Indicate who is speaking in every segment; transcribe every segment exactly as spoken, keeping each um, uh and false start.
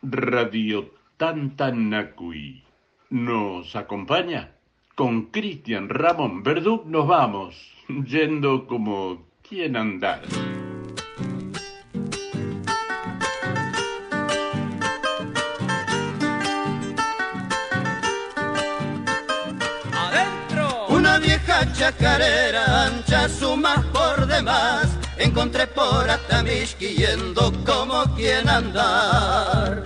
Speaker 1: Radio Tantanacui. ¿Nos acompaña? Con Cristian Ramón Verdú nos vamos, yendo como quien andar.
Speaker 2: Adentro. Una vieja chacarera ancha suma por demás. Encontré por Atamishki yendo como quien andar.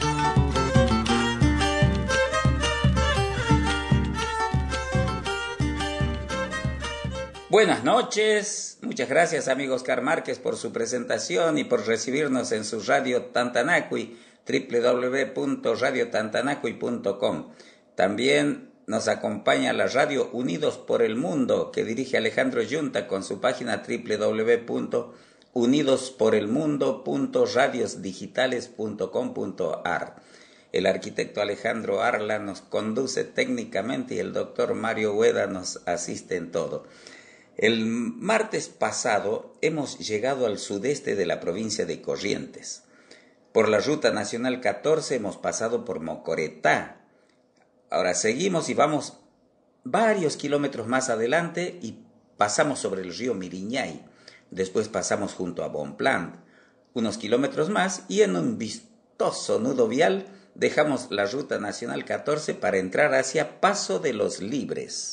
Speaker 3: Buenas noches, muchas gracias amigo Oscar Márquez por su presentación y por recibirnos en su radio Tantanacui, doble u doble u doble u punto radio tantanacui punto com. También nos acompaña la radio Unidos por el Mundo, que dirige Alejandro Yunta con su página doble u doble u doble u punto unidos por el mundo punto radios digitales punto com punto a r. El arquitecto Alejandro Arla nos conduce técnicamente y el doctor Mario Hueda nos asiste en todo. El martes pasado hemos llegado al sudeste de la provincia de Corrientes. Por la ruta nacional catorce hemos pasado por Mocoretá. Ahora seguimos y vamos varios kilómetros más adelante y pasamos sobre el río Miriñay. Después pasamos junto a Bonpland, unos kilómetros más, y en un vistoso nudo vial dejamos la ruta nacional catorce para entrar hacia Paso de los Libres.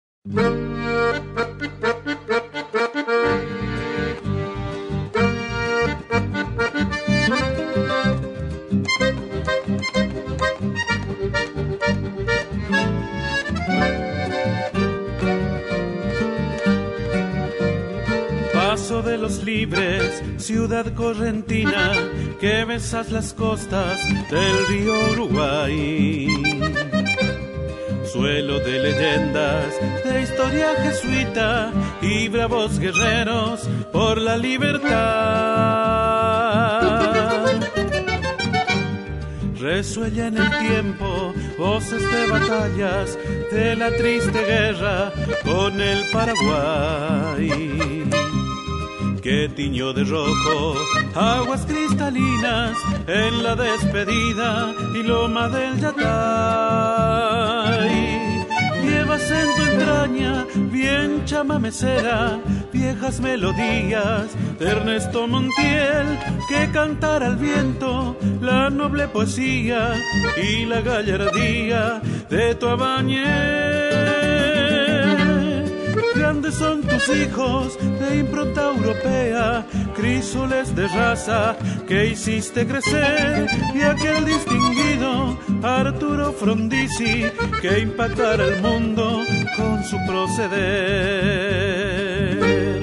Speaker 4: Paso de los Libres, ciudad correntina, que besas las costas del río Uruguay. Suelo de leyendas, de historia jesuita y bravos guerreros por la libertad. Resuella en el tiempo voces de batallas de la triste guerra con el Paraguay, que tiñó de rojo aguas cristalinas en la despedida y loma del Yatay. Llevas en tu entraña bien chamamecera viejas melodías de Ernesto Montiel, que cantara al viento la noble poesía y la gallardía de tu Abané. Grandes son tus hijos de impronta europea, crísoles de raza que hiciste crecer, y aquel distinguido Arturo Frondizi que impactara el mundo con su proceder.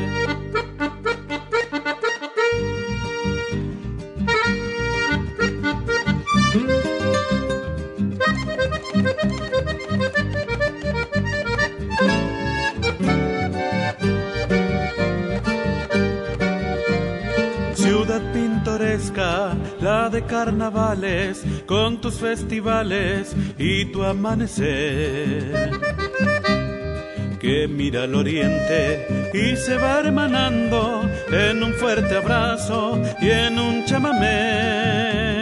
Speaker 4: Ciudad pintoresca, la de carnavales, con tus festivales y tu amanecer, que mira al oriente y se va hermanando en un fuerte abrazo y en un chamamé.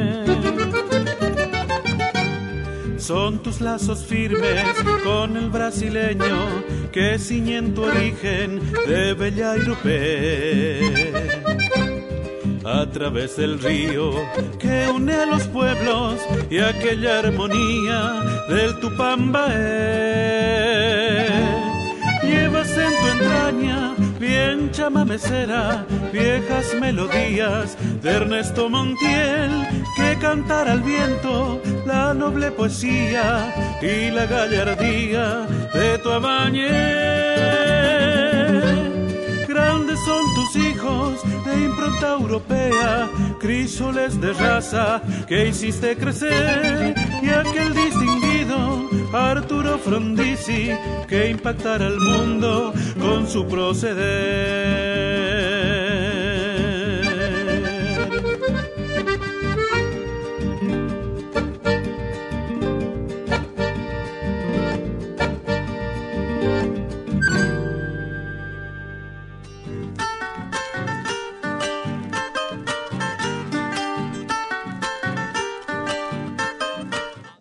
Speaker 4: Son tus lazos firmes con el brasileño que ciñen tu origen de bella Irupé. A través del río que une a los pueblos y aquella armonía del Tupambaé. Llevas en tu entraña bien chamamecera viejas melodías de Ernesto Montiel, que cantara al viento la noble poesía y la gallardía de tu Abané. Grandes son tus hijos de impronta europea, crísoles de raza que hiciste crecer, y aquel distinguido Arturo Frondizi que impactara al mundo con su proceder.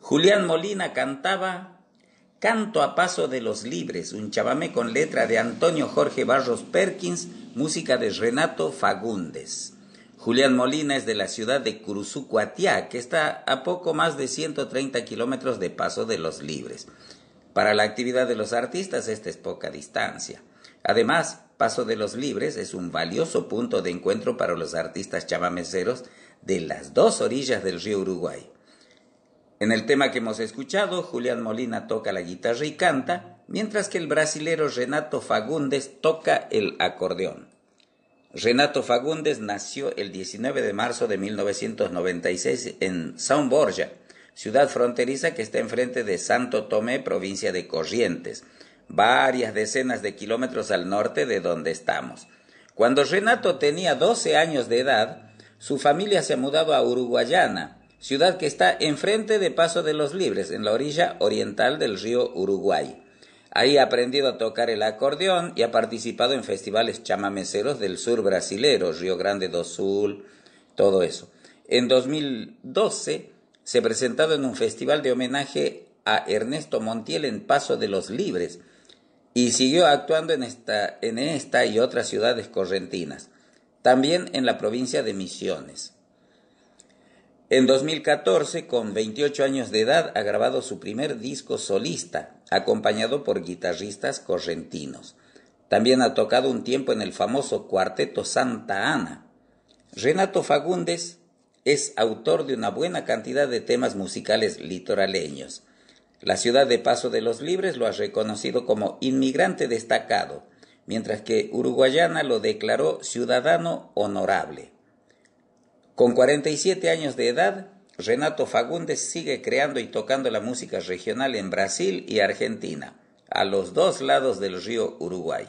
Speaker 3: Julián Molina cantaba Canto a Paso de los Libres, un chamamé con letra de Antonio Jorge Barros Perkins, música de Renato Fagundes. Julián Molina es de la ciudad de Curuzucuatiá, que está a poco más de ciento treinta kilómetros de Paso de los Libres. Para la actividad de los artistas esta es poca distancia. Además, Paso de los Libres es un valioso punto de encuentro para los artistas chamameceros de las dos orillas del río Uruguay. En el tema que hemos escuchado, Julián Molina toca la guitarra y canta, mientras que el brasilero Renato Fagundes toca el acordeón. Renato Fagundes nació el diecinueve de marzo de mil novecientos noventa y seis en São Borja, ciudad fronteriza que está enfrente de Santo Tomé, provincia de Corrientes, varias decenas de kilómetros al norte de donde estamos. Cuando Renato tenía doce años de edad, su familia se ha mudado a Uruguayana, ciudad que está enfrente de Paso de los Libres, en la orilla oriental del río Uruguay. Ahí ha aprendido a tocar el acordeón y ha participado en festivales chamameceros del sur brasilero, Río Grande do Sul, todo eso. En dos mil doce se ha presentado en un festival de homenaje a Ernesto Montiel en Paso de los Libres y siguió actuando en esta, en esta y otras ciudades correntinas, también en la provincia de Misiones. En dos mil catorce, con veintiocho años de edad, ha grabado su primer disco solista, acompañado por guitarristas correntinos. También ha tocado un tiempo en el famoso Cuarteto Santa Ana. Renato Fagundes es autor de una buena cantidad de temas musicales litoraleños. La ciudad de Paso de los Libres lo ha reconocido como inmigrante destacado, mientras que Uruguayana lo declaró ciudadano honorable. Con cuarenta y siete años de edad, Renato Fagundes sigue creando y tocando la música regional en Brasil y Argentina, a los dos lados del río Uruguay.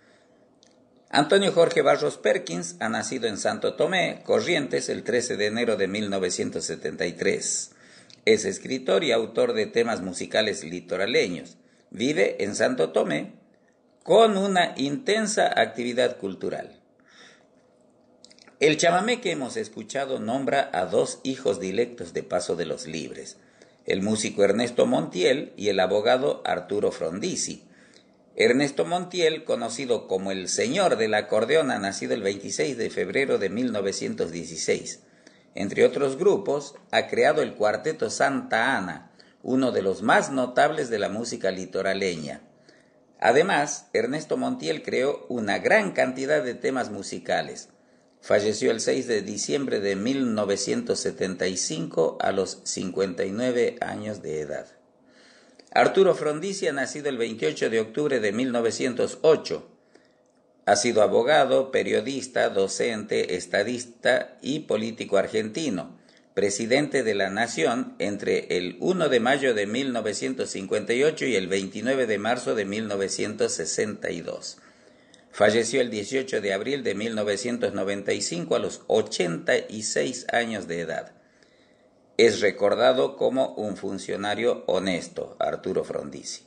Speaker 3: Antonio Jorge Barros Perkins ha nacido en Santo Tomé, Corrientes, el trece de enero de mil novecientos setenta y tres. Es escritor y autor de temas musicales litoraleños. Vive en Santo Tomé con una intensa actividad cultural. El chamamé que hemos escuchado nombra a dos hijos directos de Paso de los Libres, el músico Ernesto Montiel y el abogado Arturo Frondizi. Ernesto Montiel, conocido como el Señor del Acordeón, ha nacido el veintiséis de febrero de mil novecientos dieciséis. Entre otros grupos, ha creado el Cuarteto Santa Ana, uno de los más notables de la música litoraleña. Además, Ernesto Montiel creó una gran cantidad de temas musicales. Falleció el seis de diciembre de mil novecientos setenta y cinco a los cincuenta y nueve años de edad. Arturo Frondizi ha nacido el veintiocho de octubre de mil novecientos ocho. Ha sido abogado, periodista, docente, estadista y político argentino, presidente de la Nación entre el primero de mayo de mil novecientos cincuenta y ocho y el veintinueve de marzo de mil novecientos sesenta y dos. Falleció el dieciocho de abril de mil novecientos noventa y cinco a los ochenta y seis años de edad. Es recordado como un funcionario honesto, Arturo Frondizi.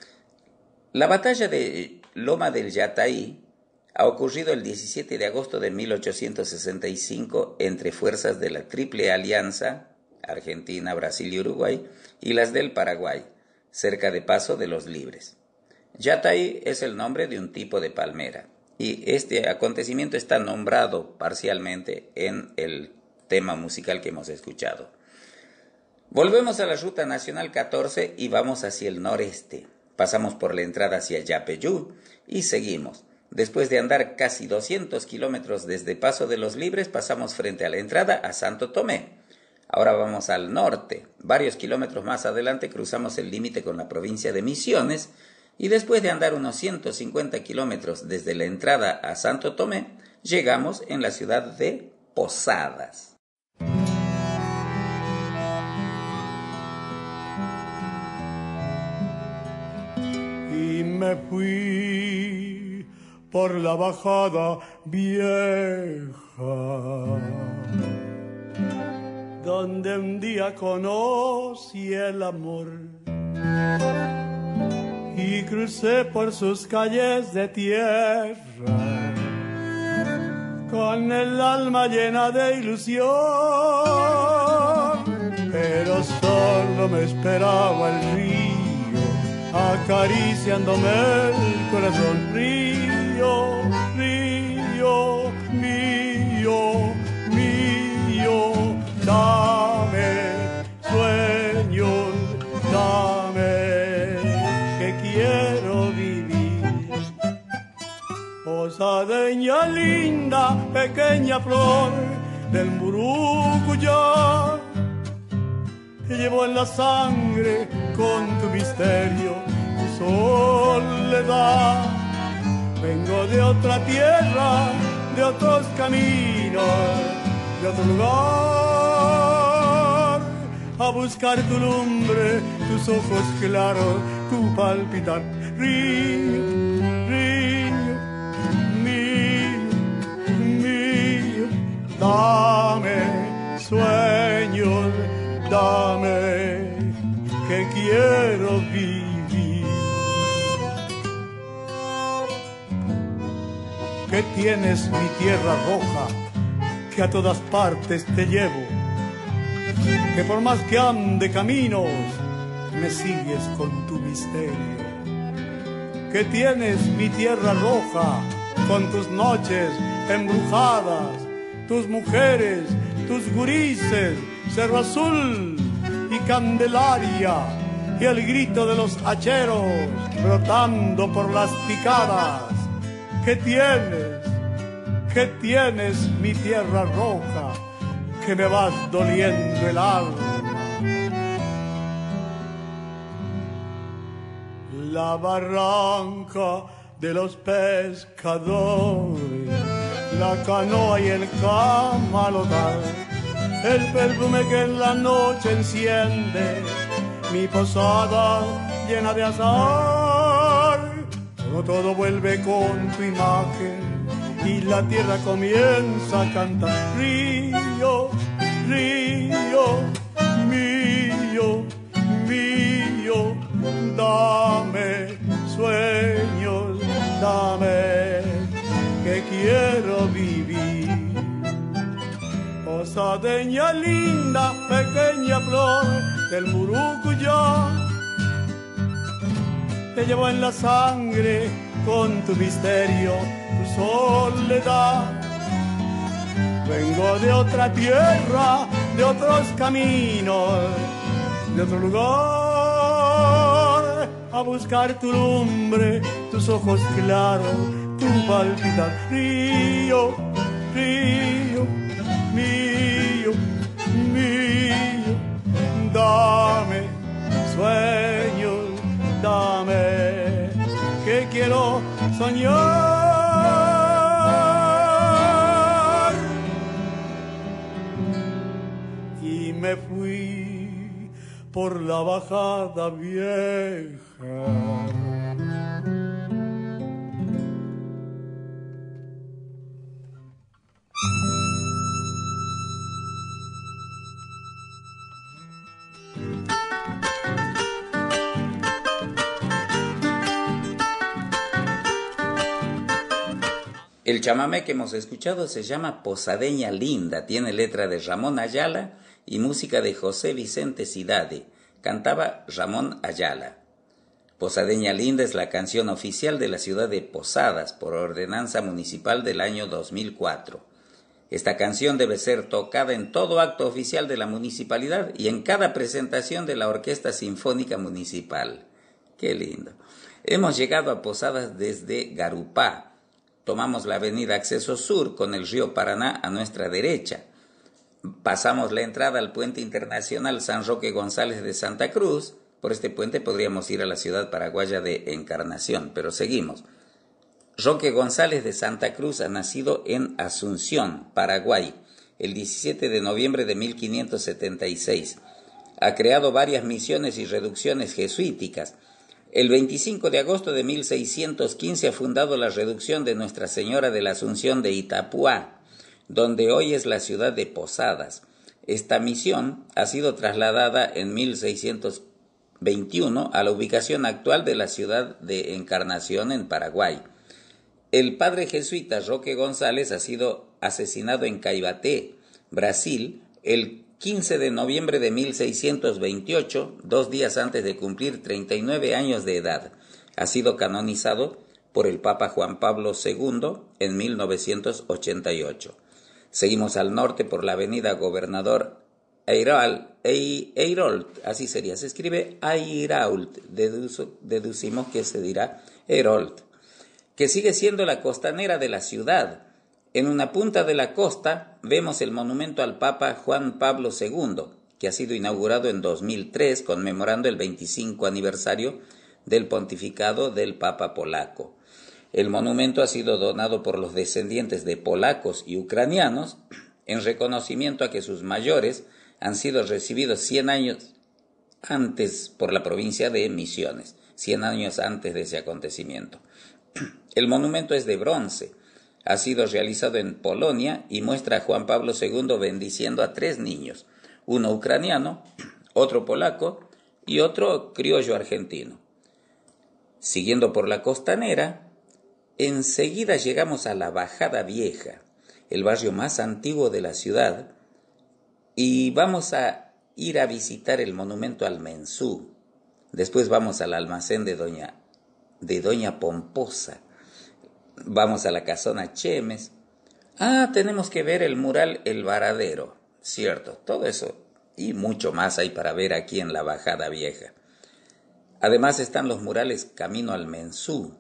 Speaker 3: La batalla de Loma del Yataí ha ocurrido el diecisiete de agosto de mil ochocientos sesenta y cinco entre fuerzas de la Triple Alianza, Argentina, Brasil y Uruguay, y las del Paraguay, cerca de Paso de los Libres. Yataí es el nombre de un tipo de palmera, y este acontecimiento está nombrado parcialmente en el tema musical que hemos escuchado. Volvemos a la Ruta Nacional catorce y vamos hacia el noreste. Pasamos por la entrada hacia Yapeyú y seguimos. Después de andar casi doscientos kilómetros desde Paso de los Libres, pasamos frente a la entrada a Santo Tomé. Ahora vamos al norte. Varios kilómetros más adelante cruzamos el límite con la provincia de Misiones, y después de andar unos ciento cincuenta kilómetros desde la entrada a Santo Tomé, llegamos en la ciudad de Posadas.
Speaker 5: Y me fui por la bajada vieja, donde un día conocí el amor. Y crucé por sus calles de tierra, con el alma llena de ilusión, pero solo solo me esperaba el río, acariciándome el corazón. Río, río, mío, mío, dame sueños, dame que quiero vivir. Posadeña linda, pequeña flor del Murucuyá, te llevo en la sangre con tu misterio, tu soledad. Vengo de otra tierra, de otros caminos, de otro lugar, a buscar tu lumbre, tus ojos claros, tu palpitar. Río, río, mío, mío, dame sueños, dame que quiero vivir. Que tienes mi tierra roja, que a todas partes te llevo, que por más que ande caminos, me sigues con tu misterio. Que tienes mi tierra roja, con tus noches embrujadas, tus mujeres, tus gurises, Cerro Azul y Candelaria, y el grito de los hacheros brotando por las picadas. ¿Qué tienes? ¿Qué tienes mi tierra roja? Que me vas doliendo el alma. La barranca de los pescadores, la canoa y el camalotal, el perfume que en la noche enciende mi posada llena de azar. Todo, todo vuelve con tu imagen y la tierra comienza a cantar. Río, río, mío, mío, dame sueños, dame que quiero vivir. Posadeña linda, pequeña flor del Murucuyá, te llevo en la sangre con tu misterio, tu soledad. Vengo de otra tierra, de otros caminos, de otro lugar, a buscar tu lumbre, tus ojos claros, tu palpitar. Río, río, mío, mío, dame sueños, dame que quiero soñar. Y me fui por la bajada vieja.
Speaker 3: El chamamé que hemos escuchado se llama Posadeña Linda, tiene letra de Ramón Ayala y música de José Vicente Cidade. Cantaba Ramón Ayala. Posadeña Linda es la canción oficial de la ciudad de Posadas por ordenanza municipal del año dos mil cuatro. Esta canción debe ser tocada en todo acto oficial de la municipalidad y en cada presentación de la Orquesta Sinfónica Municipal. ¡Qué lindo! Hemos llegado a Posadas desde Garupá. Tomamos la avenida Acceso Sur con el río Paraná a nuestra derecha. Pasamos la entrada al puente internacional San Roque González de Santa Cruz. Por este puente podríamos ir a la ciudad paraguaya de Encarnación, pero seguimos. Roque González de Santa Cruz ha nacido en Asunción, Paraguay, el diecisiete de noviembre de mil quinientos setenta y seis. Ha creado varias misiones y reducciones jesuíticas. El veinticinco de agosto de mil seiscientos quince ha fundado la reducción de Nuestra Señora de la Asunción de Itapuá, donde hoy es la ciudad de Posadas. Esta misión ha sido trasladada en mil seiscientos veintiuno a la ubicación actual de la ciudad de Encarnación en Paraguay. El padre jesuita Roque González ha sido asesinado en Caibaté, Brasil, el quince de noviembre de mil seiscientos veintiocho, dos días antes de cumplir treinta y nueve años de edad. Ha sido canonizado por el Papa Juan Pablo segundo en mil novecientos ochenta y ocho. Seguimos al norte por la avenida Gobernador Eyrault, así sería, se escribe Eyrault, deduzo, deducimos que se dirá Eyrault, que sigue siendo la costanera de la ciudad. En una punta de la costa vemos el monumento al Papa Juan Pablo segundo, que ha sido inaugurado en dos mil tres, conmemorando el veinticinco aniversario del pontificado del Papa polaco. El monumento ha sido donado por los descendientes de polacos y ucranianos en reconocimiento a que sus mayores han sido recibidos cien años antes por la provincia de Misiones, cien años antes de ese acontecimiento. El monumento es de bronce, ha sido realizado en Polonia y muestra a Juan Pablo segundo bendiciendo a tres niños, uno ucraniano, otro polaco y otro criollo argentino. Siguiendo por la costanera, enseguida llegamos a la Bajada Vieja, el barrio más antiguo de la ciudad, y vamos a ir a visitar el monumento al Mensú. Después vamos al almacén de Doña, de Doña Pomposa. Vamos a la casona Chemes. Ah, tenemos que ver el mural El Varadero, cierto, todo eso y mucho más hay para ver aquí en la Bajada Vieja. Además están los murales Camino al Mensú.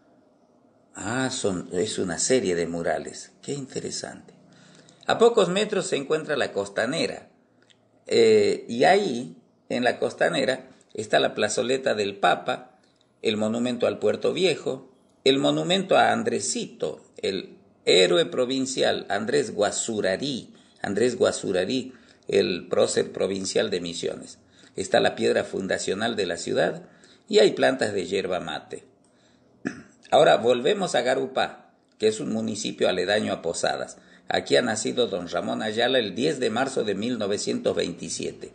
Speaker 3: Ah, son, es una serie de murales, qué interesante. A pocos metros se encuentra la costanera, eh, y ahí, en la costanera, está la plazoleta del Papa, el monumento al Puerto Viejo, el monumento a Andresito, el héroe provincial Andrés Guazurarí, Andrés Guazurarí, el prócer provincial de Misiones. Está la piedra fundacional de la ciudad y hay plantas de yerba mate. Ahora volvemos a Garupá, que es un municipio aledaño a Posadas. Aquí ha nacido don Ramón Ayala el diez de marzo de mil novecientos veintisiete.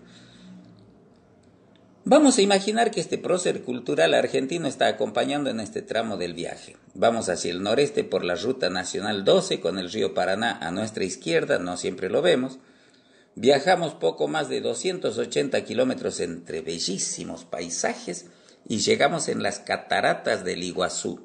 Speaker 3: Vamos a imaginar que este prócer cultural argentino está acompañando en este tramo del viaje. Vamos hacia el noreste por la Ruta Nacional doce con el río Paraná a nuestra izquierda, no siempre lo vemos. Viajamos poco más de doscientos ochenta kilómetros entre bellísimos paisajes y llegamos en las cataratas del Iguazú.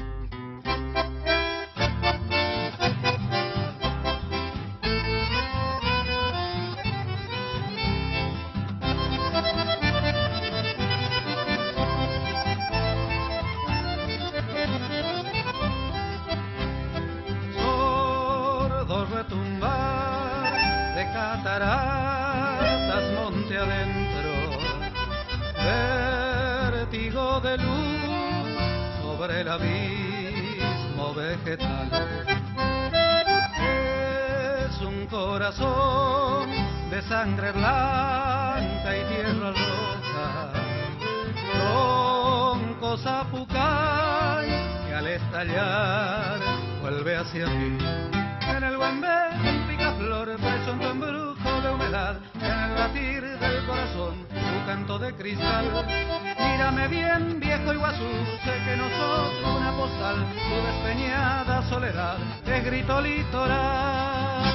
Speaker 6: Cataratas monte adentro, vértigo de luz sobre el abismo vegetal. Es un corazón de sangre blanca y tierra roja, tronco zapucay que al estallar vuelve hacia mí. En el Guambé, picaflor, preso en tu embrujo de humedad, en el latir del corazón, tu canto de cristal. Mírame bien, viejo Iguazú, sé que no sos una postal, tu despeñada soledad es grito litoral.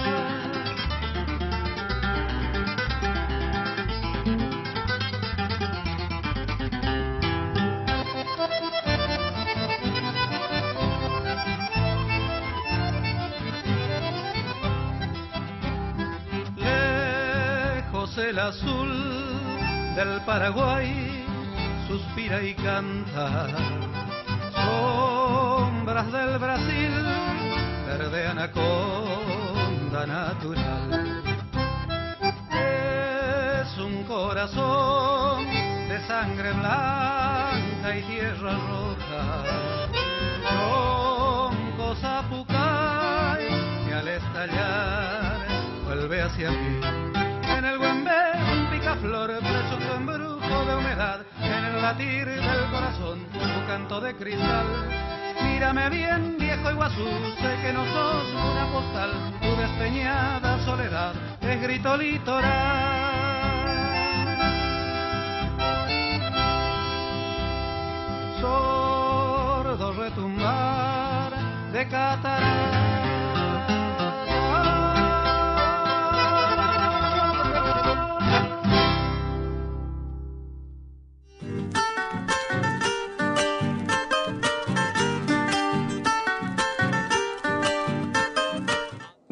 Speaker 6: El azul del Paraguay suspira y canta, sombras del Brasil, verde anaconda natural. Es un corazón de sangre blanca y tierra roja, tronco zapucay que al estallar vuelve hacia mí. En el Guambé, un picaflor, preso tu embrujo de humedad, en el latir del corazón, tu canto de cristal. Mírame bien, viejo Iguazú, sé que no sos una postal, tu despeñada soledad es grito litoral. Sordo retumbar de cataratas.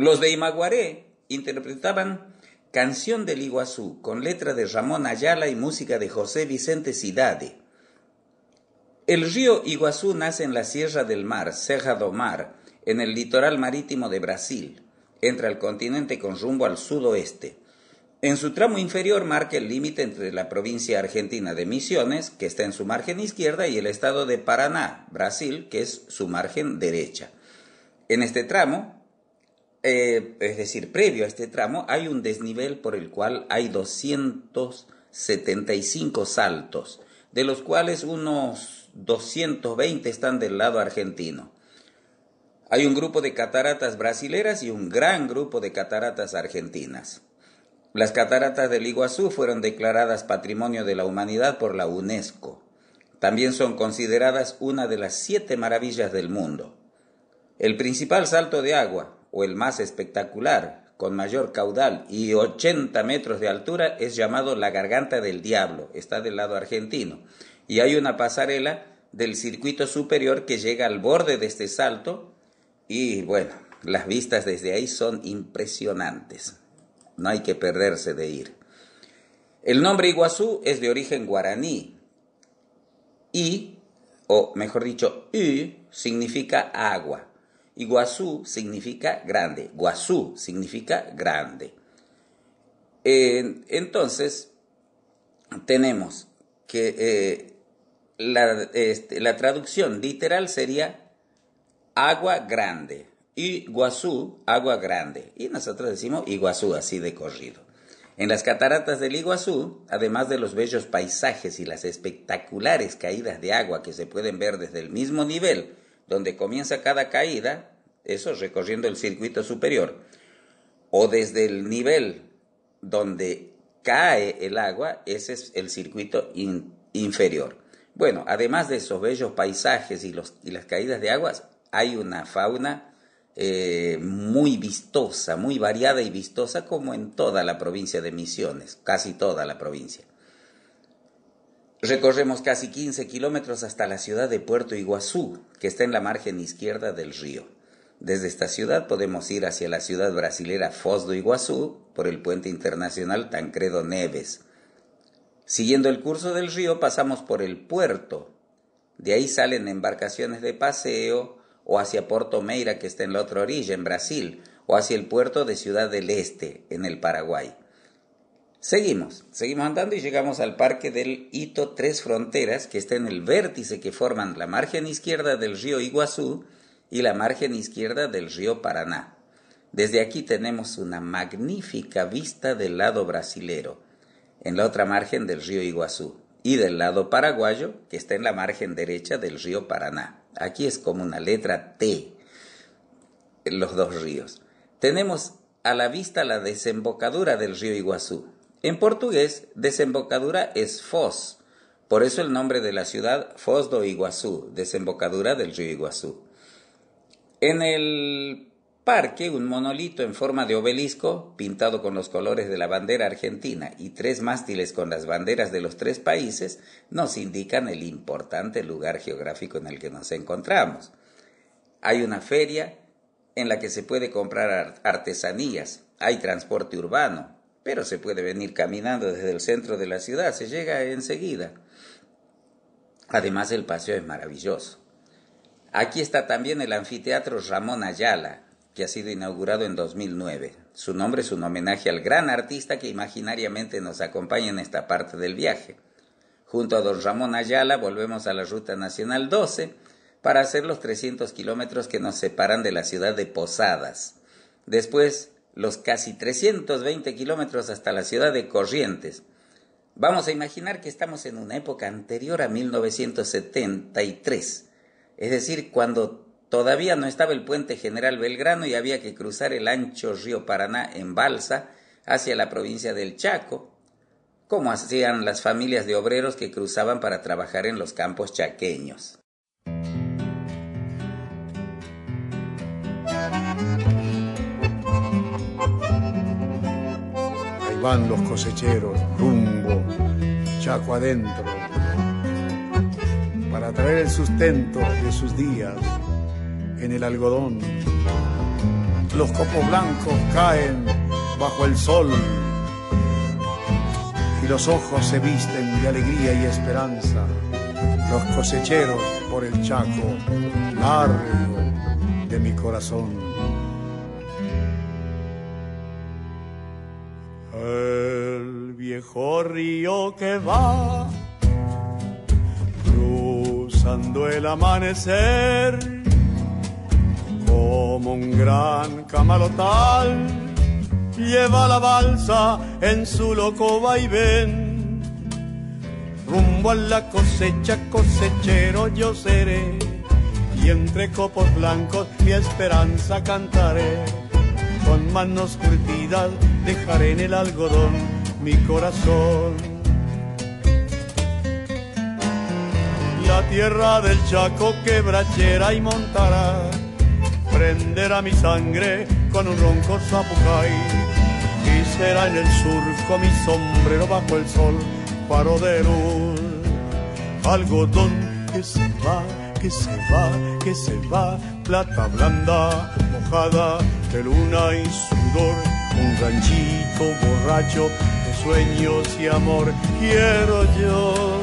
Speaker 3: Los de Imaguaré interpretaban Canción del Iguazú, con letra de Ramón Ayala y música de José Vicente Cidade. El río Iguazú nace en la Sierra del Mar, Serra do Mar, en el litoral marítimo de Brasil. Entra al continente con rumbo al sudoeste. En su tramo inferior marca el límite entre la provincia argentina de Misiones, que está en su margen izquierda, y el estado de Paraná, Brasil, que es su margen derecha. En este tramo, eh, es decir, previo a este tramo, hay un desnivel por el cual hay doscientos setenta y cinco saltos, de los cuales unos doscientos veinte están del lado argentino. Hay un grupo de cataratas brasileras y un gran grupo de cataratas argentinas. Las cataratas del Iguazú fueron declaradas Patrimonio de la Humanidad por la UNESCO. También son consideradas una de las siete maravillas del mundo. El principal salto de agua, o el más espectacular, con mayor caudal y ochenta metros de altura, es llamado la Garganta del Diablo, está del lado argentino. Y hay una pasarela del circuito superior que llega al borde de este salto y, bueno, las vistas desde ahí son impresionantes. No hay que perderse de ir. El nombre Iguazú es de origen guaraní. Y, o mejor dicho, U significa agua. Iguazú significa grande. Guazú significa grande. Eh, entonces, tenemos que eh, la, este, la traducción literal sería agua grande. Iguazú, agua grande. Y nosotros decimos Iguazú así de corrido. En las cataratas del Iguazú, además de los bellos paisajes y las espectaculares caídas de agua que se pueden ver desde el mismo nivel donde comienza cada caída, eso recorriendo el circuito superior, o desde el nivel donde cae el agua, ese es el circuito in, inferior. Bueno, además de esos bellos paisajes y, los, y las caídas de aguas, hay una fauna Eh, muy vistosa, muy variada y vistosa, como en toda la provincia de Misiones, casi toda la provincia. Recorremos casi quince kilómetros hasta la ciudad de Puerto Iguazú, que está en la margen izquierda del río. Desde esta ciudad podemos ir hacia la ciudad brasilera Foz do Iguazú por el puente internacional Tancredo Neves. Siguiendo el curso del río pasamos por el puerto. De ahí salen embarcaciones de paseo, o hacia Porto Meira, que está en la otra orilla, en Brasil, o hacia el puerto de Ciudad del Este, en el Paraguay. Seguimos, seguimos andando y llegamos al parque del Hito Tres Fronteras, que está en el vértice que forman la margen izquierda del río Iguazú y la margen izquierda del río Paraná. Desde aquí tenemos una magnífica vista del lado brasilero, en la otra margen del río Iguazú, y del lado paraguayo, que está en la margen derecha del río Paraná. Aquí es como una letra T, los dos ríos. Tenemos a la vista la desembocadura del río Iguazú. En portugués, desembocadura es Foz, por eso el nombre de la ciudad, Foz do Iguazú, desembocadura del río Iguazú. En el parque, un monolito en forma de obelisco, pintado con los colores de la bandera argentina y tres mástiles con las banderas de los tres países, nos indican el importante lugar geográfico en el que nos encontramos. Hay una feria en la que se puede comprar artesanías, hay transporte urbano, pero se puede venir caminando desde el centro de la ciudad, se llega enseguida. Además, el paseo es maravilloso. Aquí está también el anfiteatro Ramón Ayala, que ha sido inaugurado en dos mil nueve. Su nombre es un homenaje al gran artista que imaginariamente nos acompaña en esta parte del viaje. Junto a don Ramón Ayala volvemos a la Ruta Nacional doce para hacer los trescientos kilómetros que nos separan de la ciudad de Posadas. Después, los casi trescientos veinte kilómetros hasta la ciudad de Corrientes. Vamos a imaginar que estamos en una época anterior a mil novecientos setenta y tres, es decir, cuando todavía no estaba el puente General Belgrano y había que cruzar el ancho río Paraná en balsa hacia la provincia del Chaco, como hacían las familias de obreros que cruzaban para trabajar en los campos chaqueños.
Speaker 5: Ahí van los cosecheros, rumbo, Chaco adentro, para traer el sustento de sus días en el algodón. los copos blancos caen bajo el sol y los ojos se visten de alegría y esperanza. Los cosecheros por el Chaco largo de mi corazón. El viejo río que va cruzando el amanecer como un gran camalotal, lleva la balsa en su loco vaivén. Rumbo a la cosecha, cosechero yo seré, y entre copos blancos mi esperanza cantaré. Con manos curtidas dejaré en el algodón mi corazón. La tierra del Chaco quebrachera y montará, prenderá mi sangre con un ronco zapucay, y será en el surco mi sombrero bajo el sol, faro de luz. Algodón que se va, que se va, que se va, plata blanda, mojada de luna y sudor, un ranchito borracho de sueños y amor quiero yo.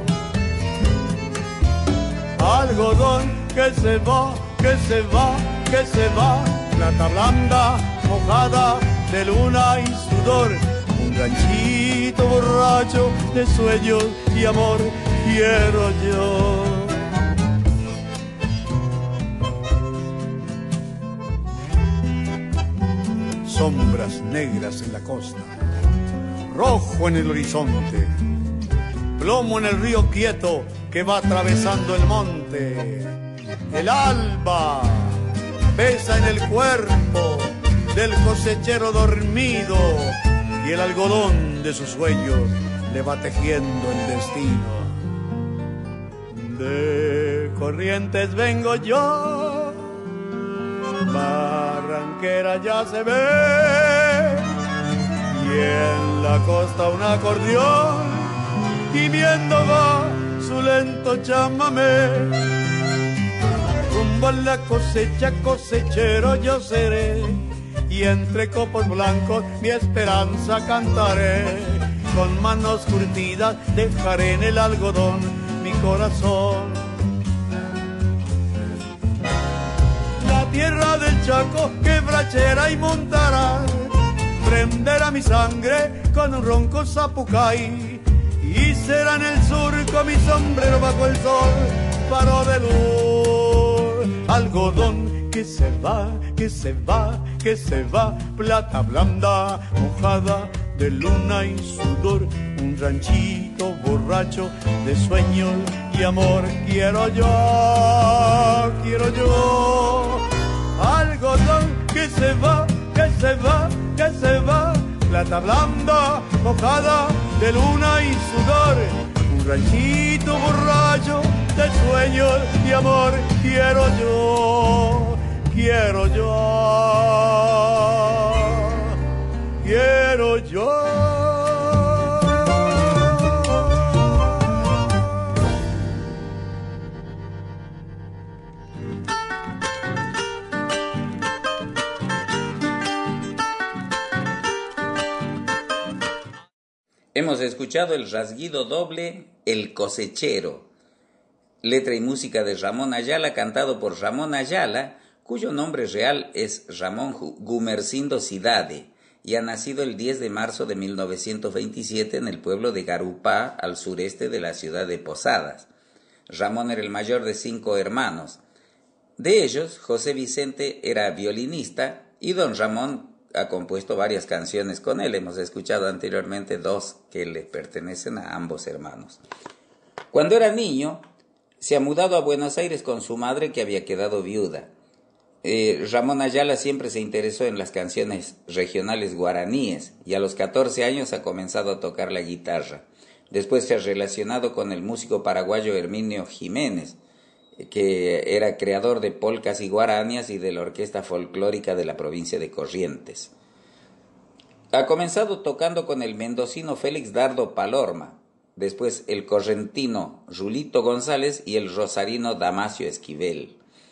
Speaker 5: Algodón que se va, que se va, que se va, plata blanda, mojada de luna y sudor, un ranchito borracho de sueños y amor quiero yo. Sombras negras en la costa, rojo en el horizonte, plomo en el río quieto que va atravesando el monte. El alba pesa en el cuerpo del cosechero dormido, y el algodón de sus sueños le va tejiendo el destino. De Corrientes vengo yo, Barranquera ya se ve, y en la costa un acordeón gimiendo va su lento chamamé. Rumbo a la cosecha, cosechero yo seré, y entre copos blancos mi esperanza cantaré. Con manos curtidas dejaré en el algodón mi corazón. La tierra del Chaco quebrachera y montará, prenderá mi sangre con un ronco zapucay, y será en el surco mi sombrero bajo el sol, faro de luz. Algodón que se va, que se va, que se va, plata blanda, mojada de luna y sudor, un ranchito borracho de sueños y amor quiero yo, quiero yo. Algodón que se va, que se va, que se va, plata blanda, mojada de luna y sudor, un ranchito borracho de sueños y amor quiero yo, quiero yo, quiero yo.
Speaker 3: Hemos escuchado el rasguido doble El Cosechero, letra y música de Ramón Ayala, cantado por Ramón Ayala, cuyo nombre real es Ramón Gumersindo Cidade, y ha nacido el diez de marzo de mil novecientos veintisiete en el pueblo de Garupá, al sureste de la ciudad de Posadas. Ramón era el mayor de cinco hermanos. De ellos, José Vicente era violinista y don Ramón ha compuesto varias canciones con él. Hemos escuchado anteriormente dos que le pertenecen a ambos hermanos. Cuando era niño, se ha mudado a Buenos Aires con su madre, que había quedado viuda. Eh, Ramón Ayala siempre se interesó en las canciones regionales guaraníes y a los catorce años ha comenzado a tocar la guitarra. Después se ha relacionado con el músico paraguayo Herminio Jiménez, que era creador de polcas y guaranías y de la orquesta folclórica de la provincia de Corrientes. Ha comenzado tocando con el mendocino Félix Dardo Palorma, después el correntino Rulito González y el rosarino Damasio Esquivel.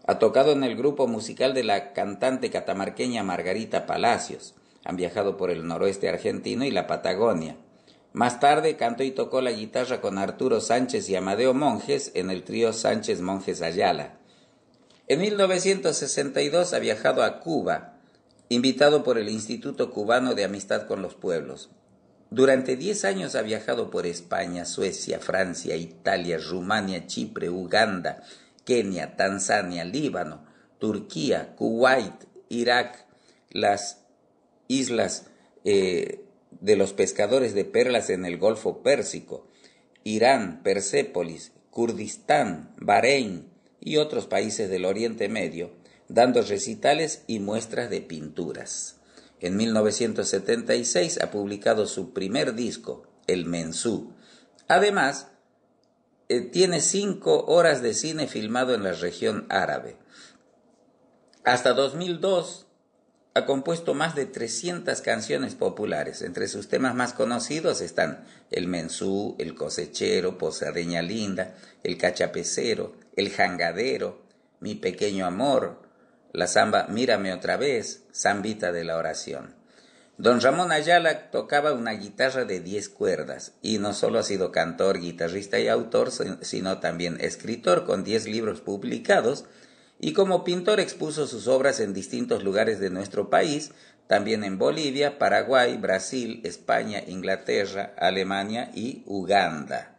Speaker 3: Ha tocado en el grupo musical de la cantante catamarqueña Margarita Palacios. Han viajado por el noroeste argentino y la Patagonia. Más tarde cantó y tocó la guitarra con Arturo Sánchez y Amadeo Monjes en el trío Sánchez Monjes Ayala. En mil novecientos sesenta y dos ha viajado a Cuba, invitado por el Instituto Cubano de Amistad con los Pueblos. Durante diez años ha viajado por España, Suecia, Francia, Italia, Rumania, Chipre, Uganda, Kenia, Tanzania, Líbano, Turquía, Kuwait, Irak, las islas eh, de los pescadores de perlas en el Golfo Pérsico, Irán, Persépolis, Kurdistán, Bahrein y otros países del Oriente Medio, dando recitales y muestras de pinturas. En mil novecientos setenta y seis ha publicado su primer disco, El Mensú. Además, eh, tiene cinco horas de cine filmado en la región árabe. Hasta dos mil dos ha compuesto más de trescientas canciones populares. Entre sus temas más conocidos están El Mensú, El Cosechero, Posadeña Linda, El Cachapecero, El Jangadero, Mi Pequeño Amor, la samba Mírame Otra Vez, Zambita de la Oración. Don Ramón Ayala tocaba una guitarra de diez cuerdas y no solo ha sido cantor, guitarrista y autor, sino también escritor con diez libros publicados, y como pintor expuso sus obras en distintos lugares de nuestro país, también en Bolivia, Paraguay, Brasil, España, Inglaterra, Alemania y Uganda.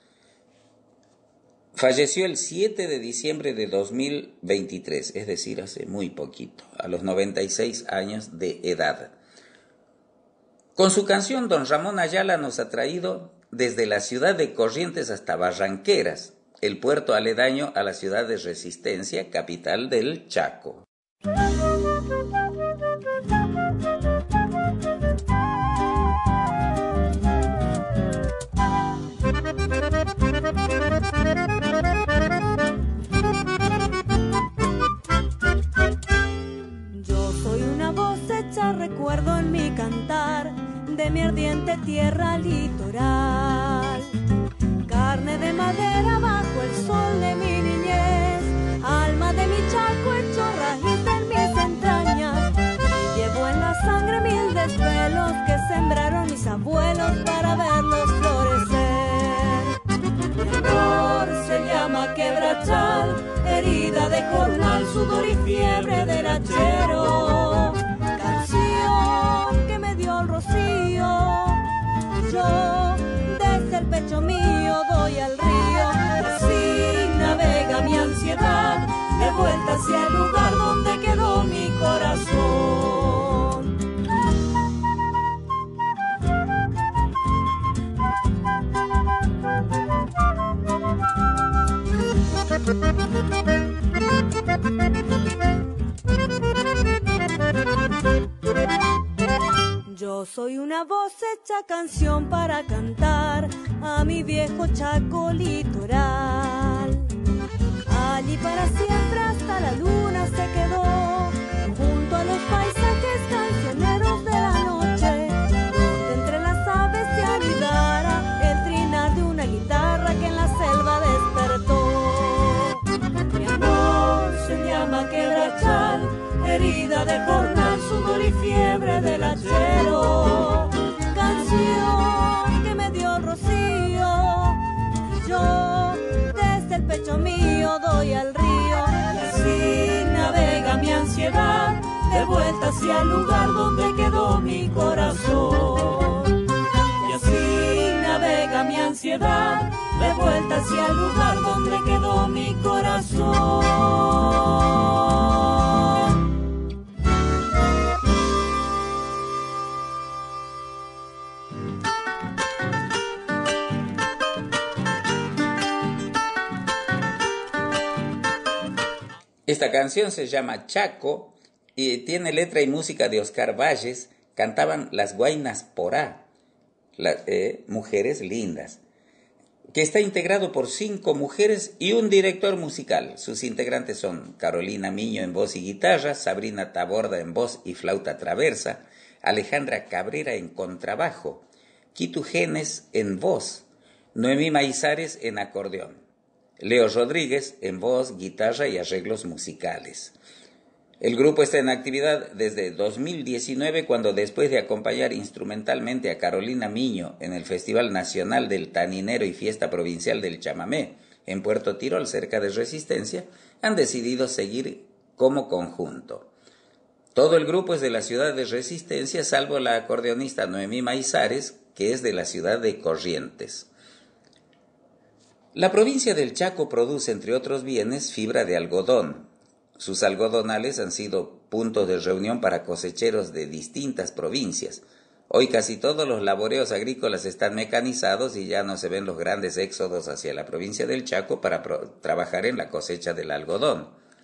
Speaker 3: Falleció el siete de diciembre de dos mil veintitrés, es decir, hace muy poquito, a los noventa y seis años de edad. Con su canción, don Ramón Ayala nos ha traído desde la ciudad de Corrientes hasta Barranqueras, el puerto aledaño a la ciudad de Resistencia, capital del Chaco.
Speaker 7: Yo soy una voz hecha recuerdo en mi cantar de mi ardiente tierra litoral, carne de madera bajo el sol de mi niñez, alma de mi Chaco hecho rajita en mis entrañas, llevo en la sangre mil desvelos que sembraron mis abuelos para verlos florecer. Mi amor se llama quebrachal, herida de jornal, sudor y fiebre del hachero, canción que me dio el rocío. Yo desde el pecho mío doy al río, y así navega mi ansiedad de vuelta hacia el lugar donde quedó mi corazón. Yo soy una voz hecha canción para cantar a mi viejo Chaco litoral. Allí para siempre hasta la luna se quedó, junto a los paisajes cancioneros de la noche, donde entre las aves se anidara el trinar de una guitarra que en la selva despertó. Mi amor se llama quebrachal, herida de jornal, sudor y fiebre del hachero, canción que me dio el rocío. Yo desde el pecho mío doy al río, y así navega mi ansiedad de vuelta hacia el lugar donde quedó mi corazón. Y así navega mi ansiedad de vuelta hacia el lugar donde quedó mi corazón.
Speaker 3: Esta canción se llama Chaco y tiene letra y música de Oscar Valles. Cantaban las Guainas Porá, las, eh, mujeres lindas, que está integrado por cinco mujeres y un director musical. Sus integrantes son Carolina Miño en voz y guitarra, Sabrina Taborda en voz y flauta traversa, Alejandra Cabrera en contrabajo, Kitu Genes en voz, Noemí Maizares en acordeón. Leo Rodríguez en voz, guitarra y arreglos musicales. El grupo está en actividad desde dos mil diecinueve, cuando después de acompañar instrumentalmente a Carolina Miño en el Festival Nacional del Taninero y Fiesta Provincial del Chamamé en Puerto Tirol, cerca de Resistencia, han decidido seguir como conjunto. Todo el grupo es de la ciudad de Resistencia, salvo la acordeonista Noemí Maizares, que es de la ciudad de Corrientes. La provincia del Chaco produce, entre otros bienes, fibra de algodón. Sus algodonales han sido puntos de reunión para cosecheros de distintas provincias. Hoy casi todos los laboreos agrícolas están mecanizados y ya no se ven los grandes éxodos hacia la provincia del Chaco para trabajar en la cosecha del algodón.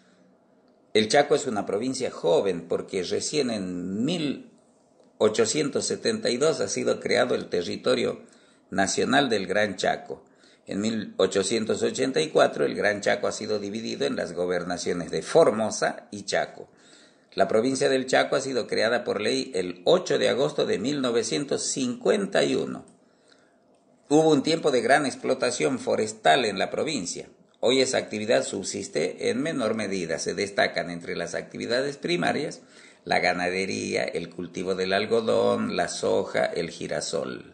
Speaker 3: El Chaco es una provincia joven porque recién en mil ochocientos setenta y dos ha sido creado el territorio nacional del Gran Chaco. En mil ochocientos ochenta y cuatro el Gran Chaco ha sido dividido en las gobernaciones de Formosa y Chaco. La provincia del Chaco ha sido creada por ley el ocho de agosto de mil novecientos cincuenta y uno. Hubo un tiempo de gran explotación forestal en la provincia. Hoy esa actividad subsiste en menor medida. Se destacan entre las actividades primarias la ganadería, el cultivo del algodón, la soja, el girasol.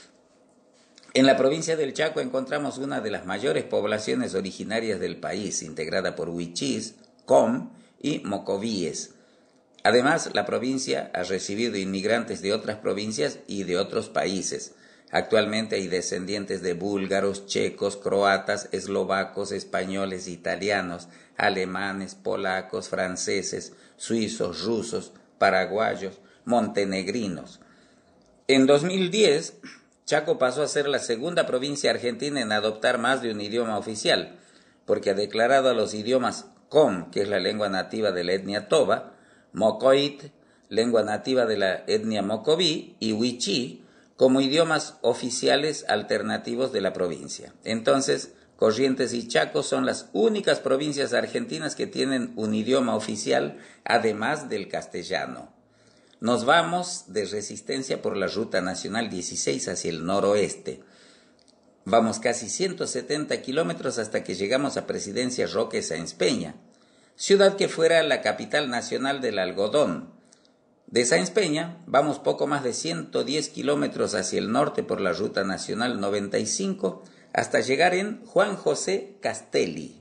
Speaker 3: En la provincia del Chaco encontramos una de las mayores poblaciones originarias del país, integrada por huichís, com y mocovíes. Además, la provincia ha recibido inmigrantes de otras provincias y de otros países. Actualmente hay descendientes de búlgaros, checos, croatas, eslovacos, españoles, italianos, alemanes, polacos, franceses, suizos, rusos, paraguayos, montenegrinos. En dos mil diez, Chaco pasó a ser la segunda provincia argentina en adoptar más de un idioma oficial, porque ha declarado a los idiomas com, que es la lengua nativa de la etnia toba, mocoit, lengua nativa de la etnia mocoví, y huichí, como idiomas oficiales alternativos de la provincia. Entonces, Corrientes y Chaco son las únicas provincias argentinas que tienen un idioma oficial, además del castellano. Nos vamos de Resistencia por la Ruta Nacional dieciséis hacia el noroeste. Vamos casi ciento setenta kilómetros hasta que llegamos a Presidencia Roque Sáenz Peña, ciudad que fuera la capital nacional del algodón. De Sáenz Peña vamos poco más de ciento diez kilómetros hacia el norte por la Ruta Nacional noventa y cinco hasta llegar en Juan José Castelli.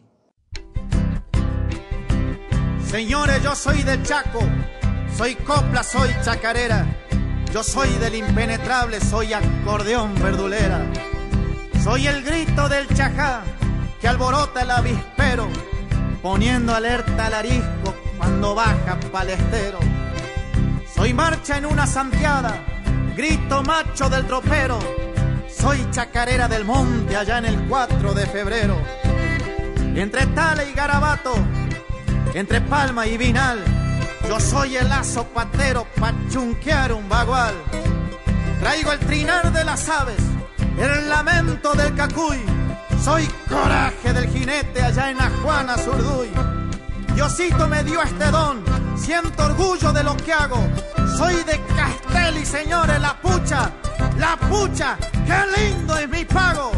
Speaker 8: Señores, yo soy del Chaco. Soy copla, soy chacarera, yo soy del impenetrable, soy acordeón verdulera. Soy el grito del chajá que alborota el avispero, poniendo alerta al arisco cuando baja palestero. Soy marcha en una santiada, grito macho del tropero, soy chacarera del monte allá en el cuatro de febrero. Entre Tala y Garabato, entre Palma y Vinal, yo soy el lazo patero pa' chunquear un bagual. Traigo el trinar de las aves, el lamento del cacuy. Soy coraje del jinete allá en la Juana Zurduy. Diosito me dio este don, siento orgullo de lo que hago. Soy de Castelli, señores, la pucha, la pucha, qué lindo es mi pago.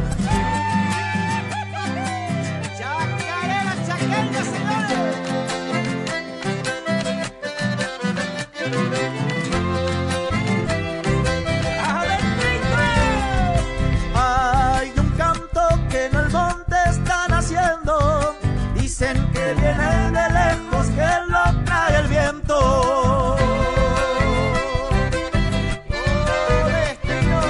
Speaker 8: Chacarera, chaqueña, señores. Hay un canto que en el monte están haciendo, dicen que viene de lejos, que lo trae el viento. Oh, destino.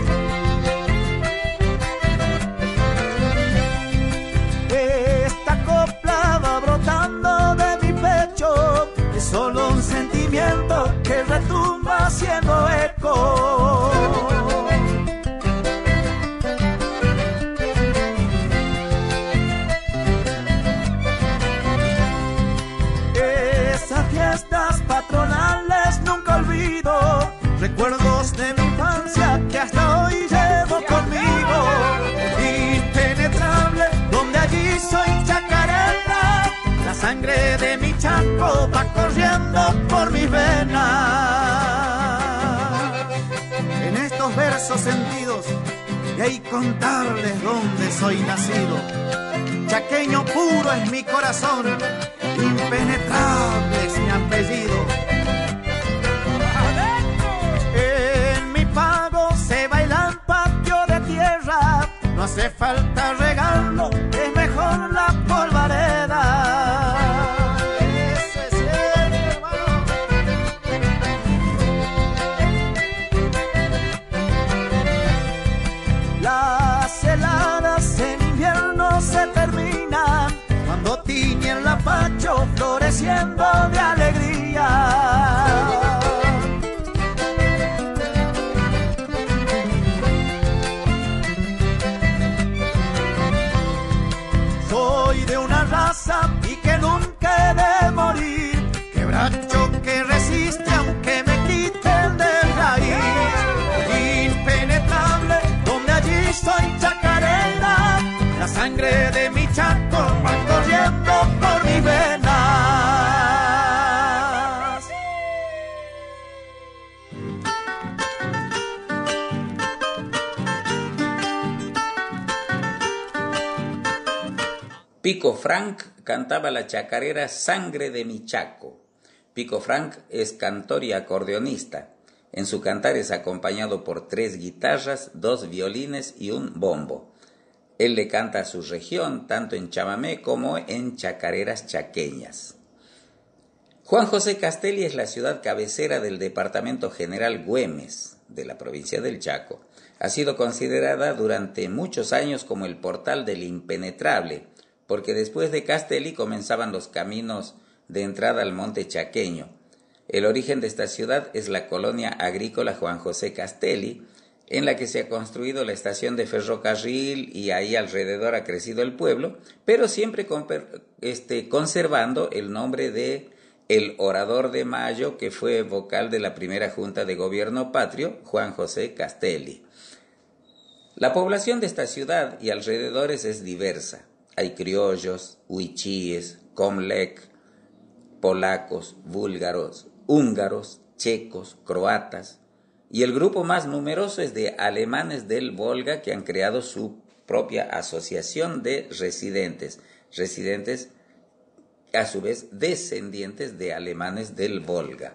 Speaker 8: Esta copla va brotando de mi pecho, es solo un sentimiento que retumba haciendo eco. Esas fiestas patronales nunca olvido, recuerdos de mi infancia que hasta hoy llevo conmigo. Impenetrable, donde allí soy chacarera, la sangre de mi Chaco va corriendo por mis venas. En estos versos sentidos, y ahí contarles dónde soy nacido. chaqueño puro es mi corazón, impenetrable es mi apellido. En mi pago se baila en patio de tierra, no hace falta regalo, es mejor la polvareda. Ese es el hermano. Las heladas en invierno se terminan cuando tiñe el lapacho floreciendo de alegría. Soy de una raza y que nunca he de morir, quebracho que resiste aunque me quiten de raíz. Impenetrable donde allí soy chacarera, la sangre de mi Chaco va corriendo por mis venas.
Speaker 3: Pico Frank cantaba la chacarera Sangre de mi Chaco. Pico Frank es cantor y acordeonista. En su cantar es acompañado por tres guitarras, dos violines y un bombo. Él le canta a su región, tanto en chamamé como en chacareras chaqueñas. Juan José Castelli es la ciudad cabecera del departamento General Güemes, de la provincia del Chaco. Ha sido considerada durante muchos años como el portal del impenetrable, porque después de Castelli comenzaban los caminos de entrada al monte chaqueño. El origen de esta ciudad es la colonia agrícola Juan José Castelli, en la que se ha construido la estación de ferrocarril y ahí alrededor ha crecido el pueblo, pero siempre con, este, conservando el nombre de el Orador de Mayo, que fue vocal de la primera Junta de Gobierno Patrio, Juan José Castelli. La población de esta ciudad y alrededores es diversa. Hay criollos, huichíes, comlec, polacos, búlgaros, húngaros, checos, croatas, y el grupo más numeroso es de alemanes del Volga que han creado su propia asociación de residentes, residentes a su vez descendientes de alemanes del Volga.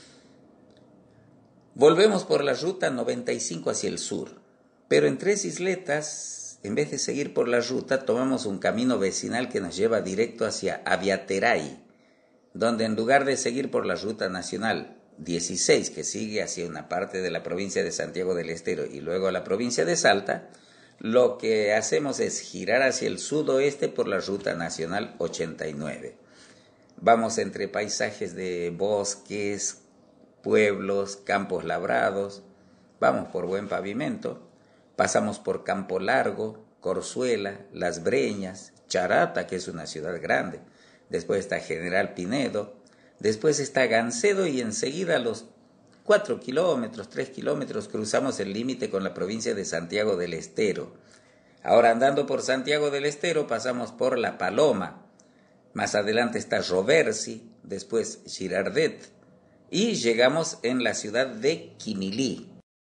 Speaker 3: Volvemos por la ruta noventa y cinco hacia el sur, pero en Tres Isletas, en vez de seguir por la ruta, tomamos un camino vecinal que nos lleva directo hacia Aviateray, donde en lugar de seguir por la ruta nacional dieciséis, que sigue hacia una parte de la provincia de Santiago del Estero y luego a la provincia de Salta, lo que hacemos es girar hacia el sudoeste por la ruta nacional ochenta y nueve. Vamos entre paisajes de bosques, pueblos, campos labrados, vamos por buen pavimento, pasamos por Campo Largo, Corzuela, Las Breñas, Charata, que es una ciudad grande, después está General Pinedo, después está Gancedo y enseguida a los cuatro kilómetros, tres kilómetros cruzamos el límite con la provincia de Santiago del Estero. Ahora andando por Santiago del Estero pasamos por La Paloma, más adelante está Roversi, después Girardet y llegamos en la ciudad de Quimilí.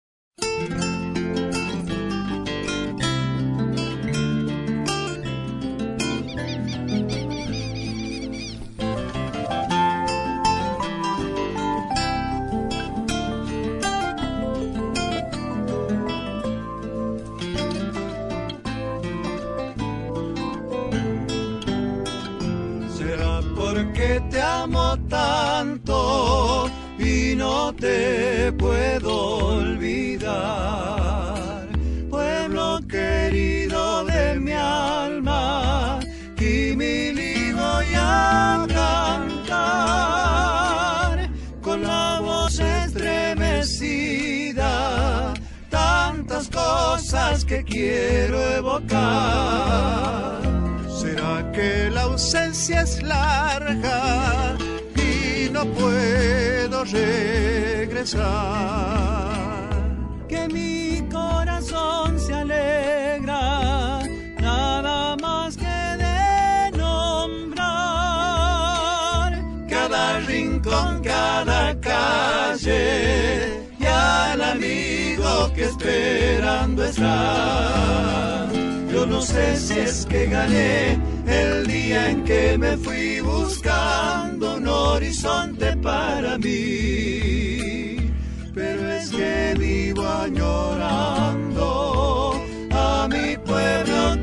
Speaker 2: Porque te amo tanto y no te puedo olvidar, pueblo querido de mi alma, Quimilí voy a cantar con la voz estremecida, tantas cosas que quiero evocar. ¿Será que la ausencia es larga y no puedo regresar? Que mi corazón se alegra, nada más que de nombrar cada rincón, cada calle y al amigo que esperando está. Yo no no sé si es que gané el día en que me fui buscando un horizonte para mí, pero es que vivo añorando a mi pueblo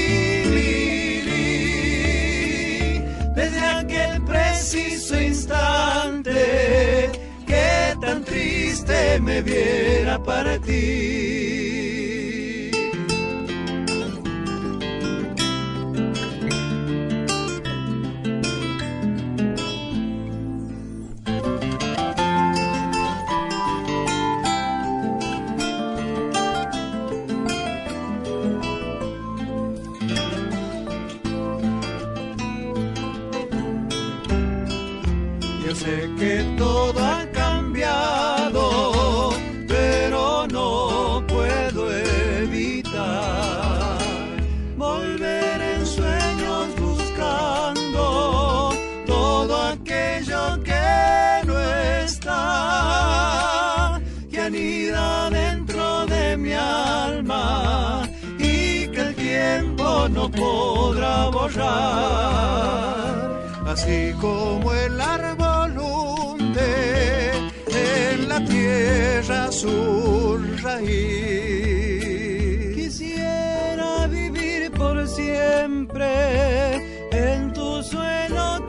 Speaker 2: Quilili, desde aquel preciso instante que tan triste me viera partir. Sé que todo ha cambiado, pero no puedo evitar volver en sueños buscando todo aquello que no está, que anida dentro de mi alma y que el tiempo no podrá borrar. Así como el árbol en la tierra su raíz. Quisiera vivir por siempre en tu suelo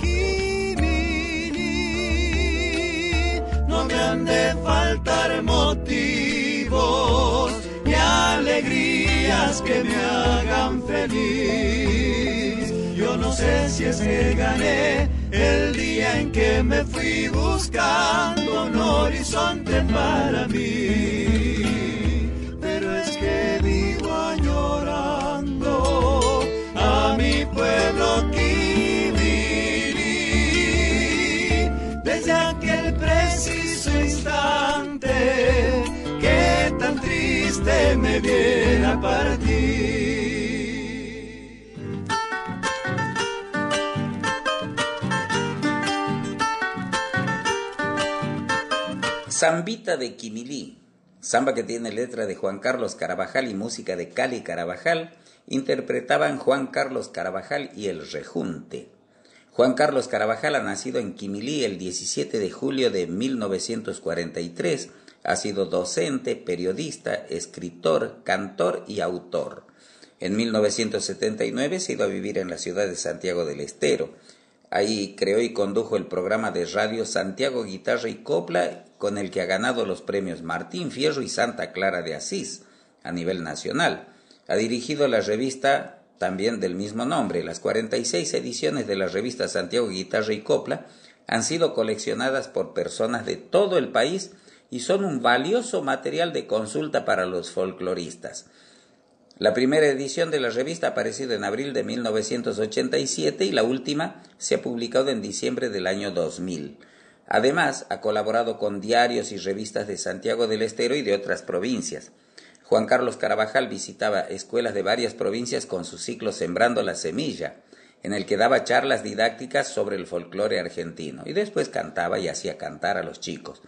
Speaker 2: Quimili. No me han de faltar motivos ni alegrías que me hagan feliz. Yo no sé si es que gané el día en que me fui buscando un horizonte para mí, pero es que vivo añorando a mi pueblo Quimili, desde aquel preciso instante que tan triste me viera partir.
Speaker 3: Zambita de Quimilí, samba que tiene letra de Juan Carlos Carabajal y música de Cali Carabajal, interpretaban Juan Carlos Carabajal y el Rejunte. Juan Carlos Carabajal ha nacido en Quimilí el diecisiete de julio de mil novecientos cuarenta y tres, ha sido docente, periodista, escritor, cantor y autor. En mil novecientos setenta y nueve se ha ido a vivir en la ciudad de Santiago del Estero. Ahí creó y condujo el programa de radio Santiago Guitarra y Copla, con el que ha ganado los premios Martín Fierro y Santa Clara de Asís a nivel nacional. Ha dirigido la revista también del mismo nombre. Las cuarenta y seis ediciones de la revista Santiago Guitarra y Copla han sido coleccionadas por personas de todo el país y son un valioso material de consulta para los folcloristas. La primera edición de la revista ha aparecido en abril de mil novecientos ochenta y siete y la última se ha publicado en diciembre del año dos mil. Además, ha colaborado con diarios y revistas de Santiago del Estero y de otras provincias. Juan Carlos Carabajal visitaba escuelas de varias provincias con su ciclo Sembrando la Semilla, en el que daba charlas didácticas sobre el folclore argentino, y después cantaba y hacía cantar a los chicos.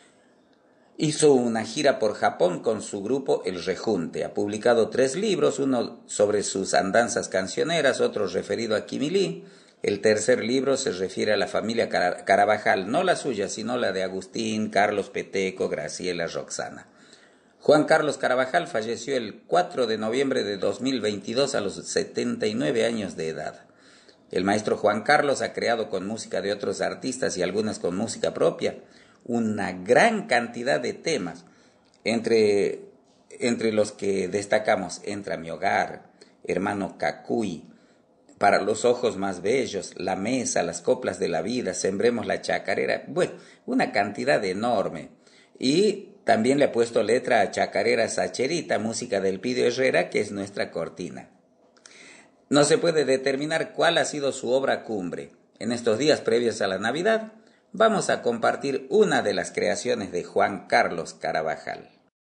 Speaker 3: Hizo una gira por Japón con su grupo El Rejunte. Ha publicado tres libros, uno sobre sus andanzas cancioneras, otro referido a Quimilí. El tercer libro se refiere a la familia Carabajal, no la suya, sino la de Agustín, Carlos Peteco, Graciela, Roxana. Juan Carlos Carabajal falleció el cuatro de noviembre de dos mil veintidós a los setenta y nueve años de edad. El maestro Juan Carlos ha creado con música de otros artistas y algunas con música propia una gran cantidad de temas, entre, entre los que destacamos Entra a mi hogar, Hermano Cacuy, Para los ojos más bellos, La mesa, Las coplas de la vida, Sembremos la chacarera, bueno, una cantidad enorme. Y también le ha puesto letra a Chacarera Sacherita, música del Pidio Herrera, que es nuestra cortina. No se puede determinar cuál ha sido su obra cumbre. En estos días previos a la Navidad, vamos a compartir una de las creaciones de Juan Carlos Carabajal.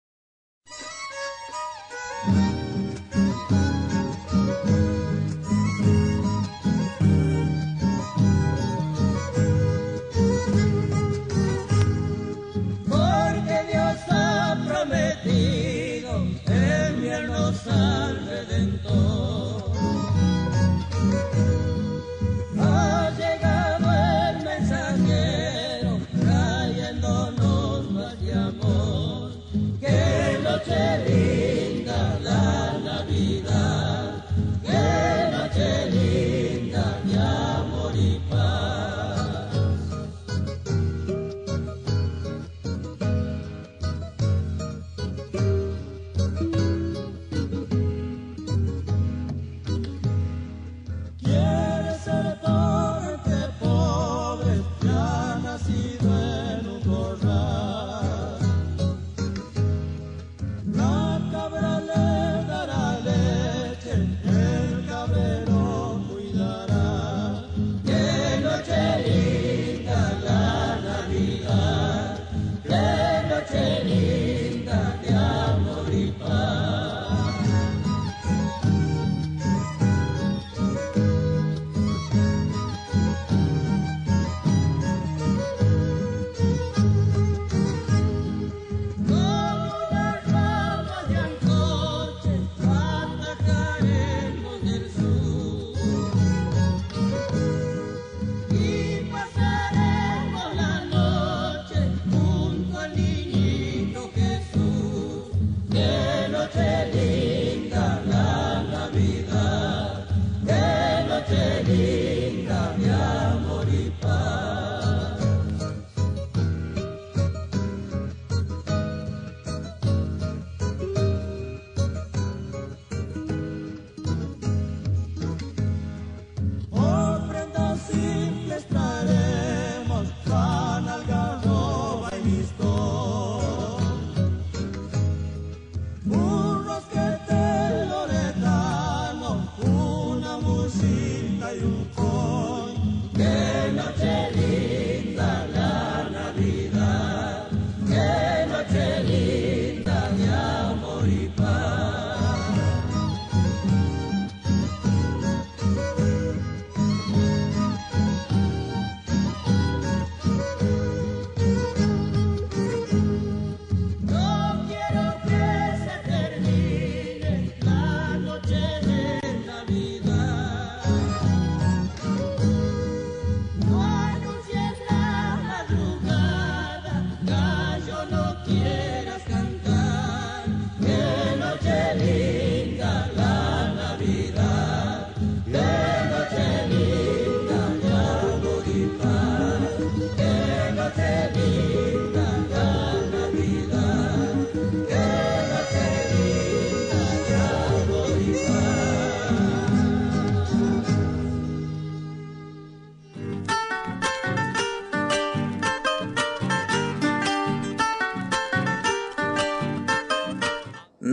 Speaker 2: Porque Dios ha prometido enviarnos al Redentor.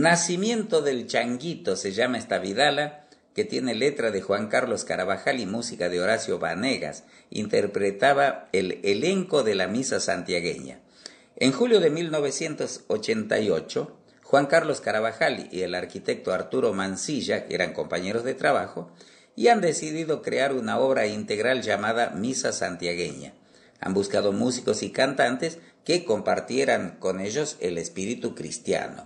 Speaker 3: Nacimiento del Changuito se llama esta vidala, que tiene letra de Juan Carlos Carabajal y música de Horacio Vanegas. Interpretaba el elenco de la misa santiagueña. En julio de mil novecientos ochenta y ocho, Juan Carlos Carabajal y el arquitecto Arturo Mancilla, que eran compañeros de trabajo, y han decidido crear una obra integral llamada Misa Santiagueña. Han buscado músicos y cantantes que compartieran con ellos el espíritu cristiano,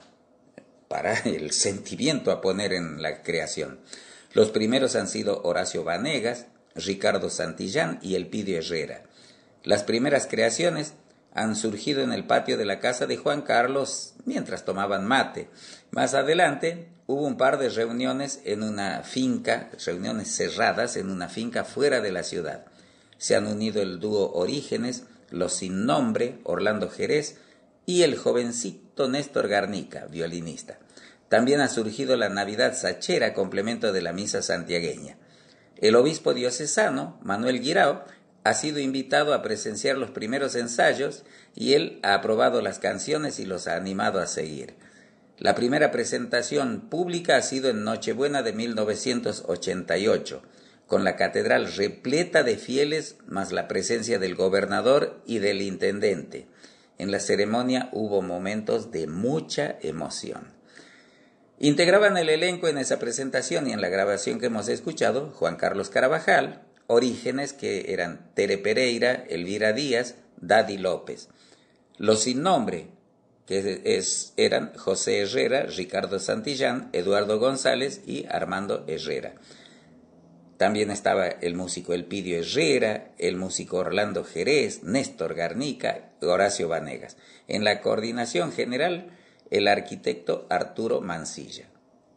Speaker 3: para el sentimiento a poner en la creación. Los primeros han sido Horacio Vanegas, Ricardo Santillán y Elpidio Herrera. Las primeras creaciones han surgido en el patio de la casa de Juan Carlos mientras tomaban mate. Más adelante hubo un par de reuniones en una finca, reuniones cerradas en una finca fuera de la ciudad. Se han unido el dúo Orígenes, los Sin Nombre, Orlando Jerez, y el jovencito Néstor Garnica, violinista. También ha surgido la Navidad Sachera, complemento de la misa santiagueña. El obispo diocesano, Manuel Guirao, ha sido invitado a presenciar los primeros ensayos y él ha aprobado las canciones y los ha animado a seguir. La primera presentación pública ha sido en Nochebuena de mil novecientos ochenta y ocho, con la catedral repleta de fieles, más la presencia del gobernador y del intendente. En la ceremonia hubo momentos de mucha emoción. Integraban el elenco en esa presentación y en la grabación que hemos escuchado Juan Carlos Carabajal, Orígenes, que eran Tere Pereira, Elvira Díaz, Daddy López. Los Sin Nombre, que es, eran José Herrera, Ricardo Santillán, Eduardo González y Armando Herrera. También estaba el músico Elpidio Herrera, el músico Orlando Jerez, Néstor Garnica, Horacio Vanegas. En la coordinación general, el arquitecto Arturo Mancilla.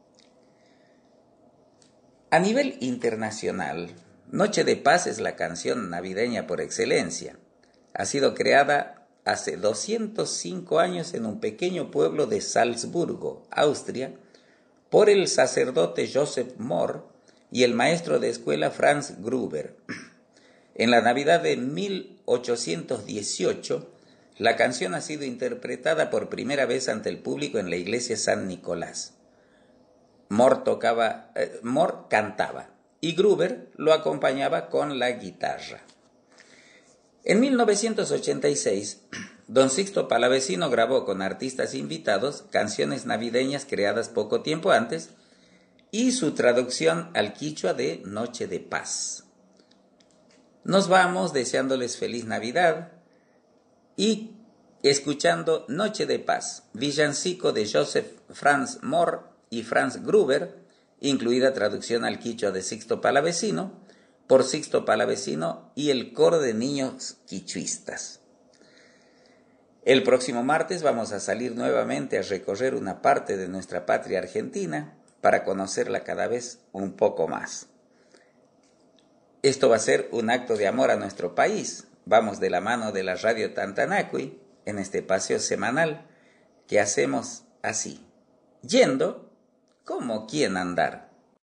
Speaker 3: A nivel internacional, Noche de Paz es la canción navideña por excelencia. Ha sido creada hace doscientos cinco años en un pequeño pueblo de Salzburgo, Austria, por el sacerdote Joseph Mohr y el maestro de escuela Franz Gruber. En la Navidad de mil ochocientos dieciocho, la canción ha sido interpretada por primera vez ante el público en la iglesia San Nicolás. Mohr tocaba, eh, Mohr cantaba y Gruber lo acompañaba con la guitarra. En mil novecientos ochenta y seis, don Sixto Palavecino grabó con artistas invitados canciones navideñas creadas poco tiempo antes y su traducción al quichua de Noche de Paz. Nos vamos deseándoles feliz Navidad y escuchando Noche de Paz, villancico de Joseph Franz Mohr y Franz Gruber, incluida traducción al quichua de Sixto Palavecino, por Sixto Palavecino y el coro de niños quichuistas. El próximo martes vamos a salir nuevamente a recorrer una parte de nuestra patria argentina para conocerla cada vez un poco más. Esto va a ser un acto de amor a nuestro país. Vamos de la mano de la Radio Tantanacui en este paseo semanal que hacemos así, yendo como quien andar.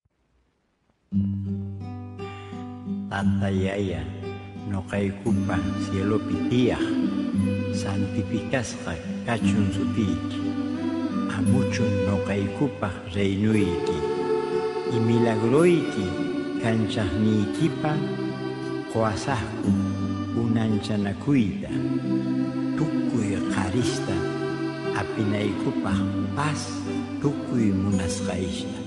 Speaker 9: Tatayaya, no caikupa cielo pitía, santificasca cachun sutiki, a muchos no caikupa reinuiki, y milagroiki canchasnikipa, coasascu, unanchanacuita, tucuy carista, apinaikupa paz, tucuy munascaishta.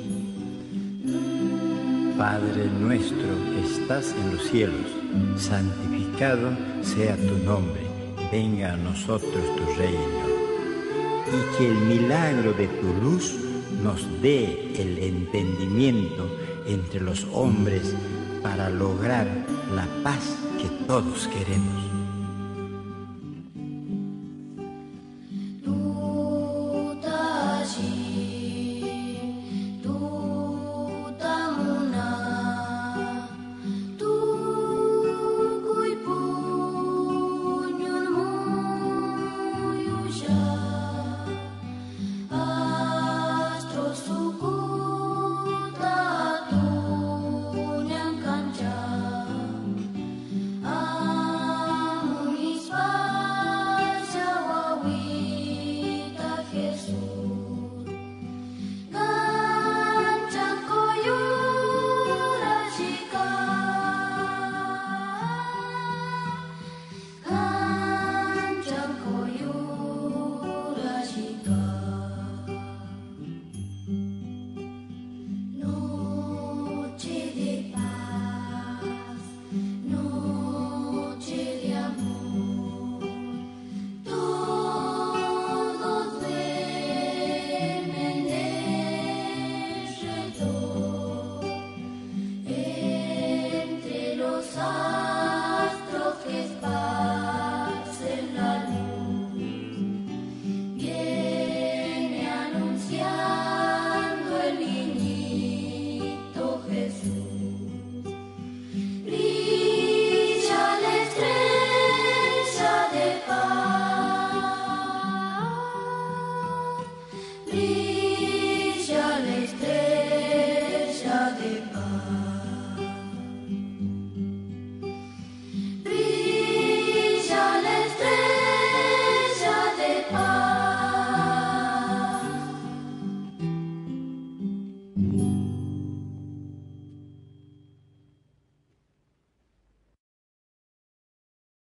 Speaker 9: Padre nuestro que estás en los cielos, santificado sea tu nombre, venga a nosotros tu reino, y que el milagro de tu luz nos dé el entendimiento entre los hombres para lograr la paz que todos queremos.